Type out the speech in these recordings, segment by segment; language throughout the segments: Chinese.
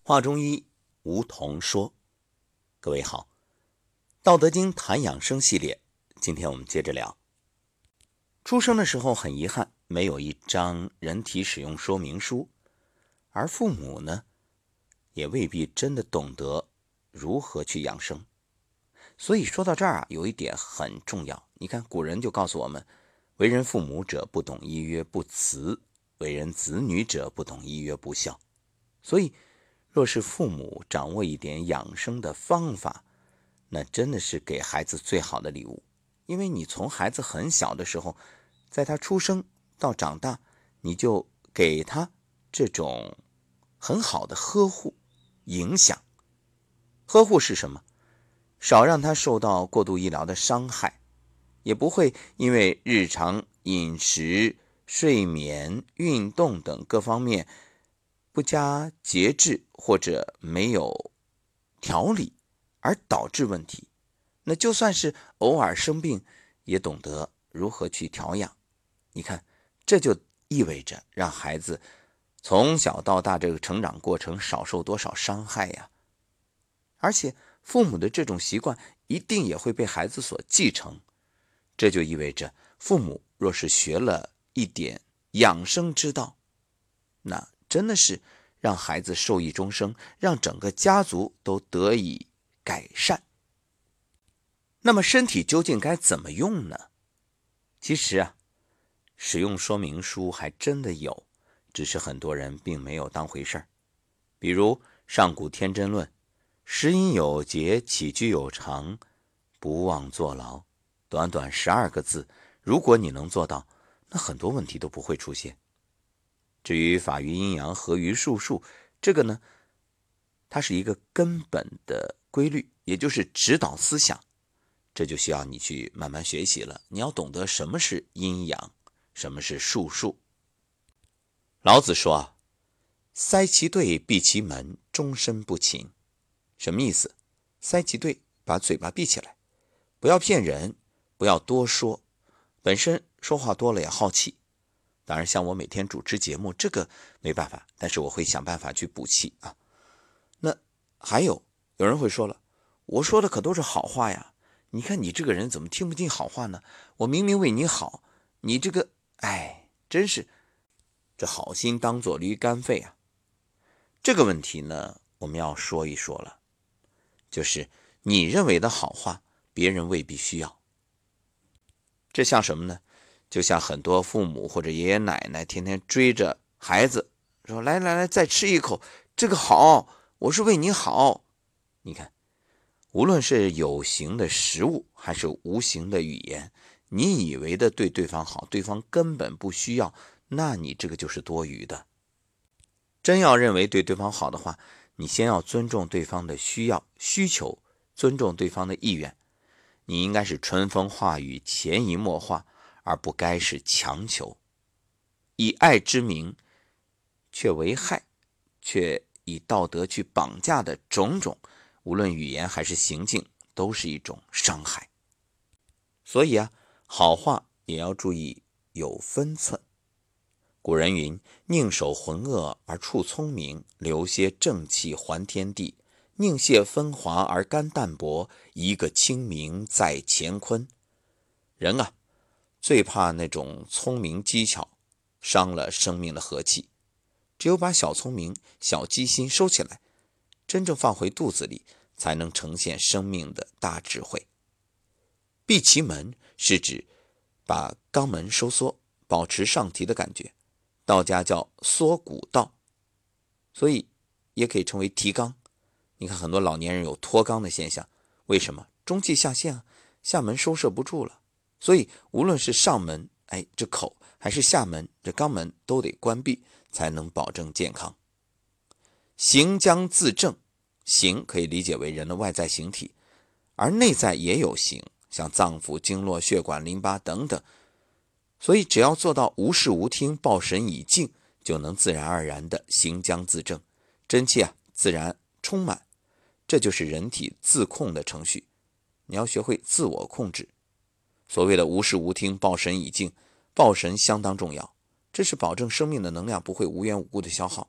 话中医，梧桐说。各位好，道德经谈养生系列，今天我们接着聊。出生的时候很遗憾，没有一张人体使用说明书，而父母呢，也未必真的懂得如何去养生。所以说到这儿啊，有一点很重要。你看古人就告诉我们，为人父母者不懂医曰不慈，为人子女者不懂医曰不孝。所以若是父母掌握一点养生的方法，那真的是给孩子最好的礼物。因为你从孩子很小的时候，在他出生到长大，你就给他这种很好的呵护影响。呵护是什么？少让他受到过度医疗的伤害，也不会因为日常饮食、睡眠、运动等各方面不加节制或者没有调理而导致问题。那就算是偶尔生病，也懂得如何去调养。你看，这就意味着让孩子从小到大这个成长过程少受多少伤害呀。而且父母的这种习惯一定也会被孩子所继承。这就意味着父母若是学了一点养生之道，那真的是让孩子受益终生，让整个家族都得以改善。那么身体究竟该怎么用呢？其实啊，使用说明书还真的有，只是很多人并没有当回事儿。比如上古天真论，食饮有节，起居有常，不忘坐牢。短短12个字，如果你能做到，那很多问题都不会出现。至于法于阴阳，合于术数，这个呢，它是一个根本的规律，也就是指导思想。这就需要你去慢慢学习了。你要懂得什么是阴阳，什么是术数。老子说啊，塞其兑，闭其门，终身不勤。什么意思？塞其兑，把嘴巴闭起来，不要骗人，不要多说。本身说话多了也好气。当然像我每天主持节目，这个没办法，但是我会想办法去补气啊。那还有人会说了，我说的可都是好话呀，你看你这个人怎么听不进好话呢？我明明为你好，你这个真是这好心当作驴肝肺啊。这个问题呢，我们要说一说了，就是你认为的好话，别人未必需要。这像什么呢？就像很多父母或者爷爷奶奶天天追着孩子说，来来来，再吃一口，这个好，我是为你好。你看，无论是有形的食物还是无形的语言，你以为的对对方好，对方根本不需要，那你这个就是多余的。真要认为对对方好的话，你先要尊重对方的需要、需求，尊重对方的意愿。你应该是春风化雨，潜移默化，而不该是强求。以爱之名却为害，却以道德去绑架的种种，无论语言还是行径，都是一种伤害。所以啊，好话也要注意有分寸。古人云，宁守浑噩而处聪明，留些正气还天地。宁泄风华而甘淡泊，一个清明在乾坤。人啊，最怕那种聪明机巧伤了生命的和气。只有把小聪明、小机心收起来，真正放回肚子里，才能呈现生命的大智慧。闭其门是指把肛门收缩，保持上提的感觉。道家叫缩骨道，所以也可以称为提肛。你看很多老年人有脱肛的现象，为什么？中气下陷啊，下门收摄不住了。所以无论是上门这口，还是下门这肛门，都得关闭，才能保证健康。形将自正，形可以理解为人的外在形体，而内在也有形，像脏腑、经络、血管、淋巴等等。所以只要做到无视无听，抱神以静，就能自然而然的行将自正，真气自然充满。这就是人体自控的程序，你要学会自我控制。所谓的无视无听，抱神以静，抱神相当重要，这是保证生命的能量不会无缘无故的消耗。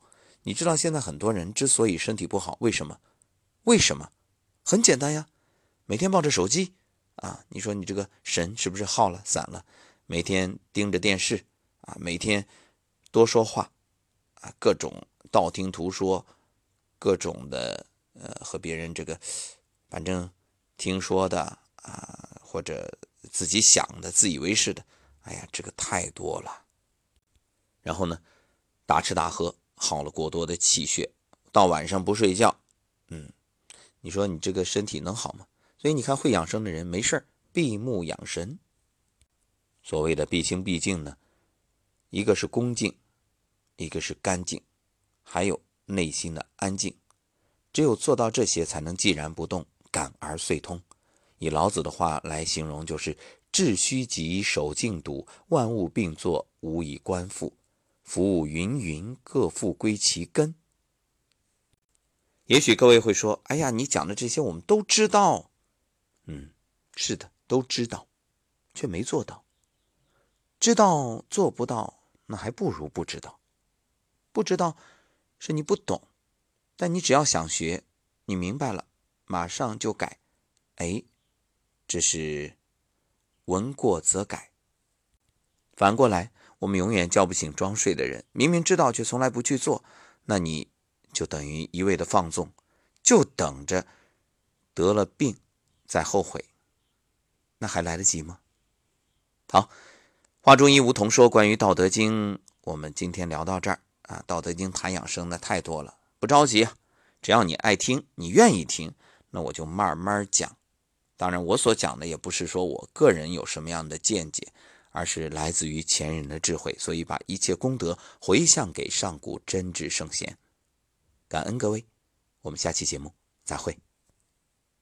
你知道现在很多人之所以身体不好，为什么？为什么？很简单呀，每天抱着手机啊，你说你这个神是不是耗了散了？每天盯着电视啊，每天多说话啊，各种道听途说，各种的和别人这个反正听说的啊，或者自己想的自以为是的，哎呀，这个太多了。然后呢，大吃大喝，耗了过多的气血，到晚上不睡觉，你说你这个身体能好吗？所以你看，会养生的人没事闭目养神。所谓的必清必净呢，一个是恭敬，一个是干净，还有内心的安静。只有做到这些，才能寂然不动，感而遂通。以老子的话来形容，就是致虚极，守静笃，万物并作，无以观复。服务芸芸，各复归其根。也许各位会说，哎呀，你讲的这些我们都知道。是的，都知道，却没做到。知道做不到，那还不如不知道。不知道是你不懂，但你只要想学，你明白了，马上就改。这是闻过则改。反过来，我们永远叫不醒装睡的人，明明知道却从来不去做，那你就等于一味的放纵，就等着得了病再后悔，那还来得及吗？好，话中医梧桐说，关于道德经我们今天聊到这儿啊。道德经谈养生的太多了，不着急啊，只要你爱听，你愿意听，那我就慢慢讲。当然我所讲的也不是说我个人有什么样的见解，而是来自于前人的智慧，所以把一切功德回向给上古真知圣贤。感恩各位，我们下期节目再会。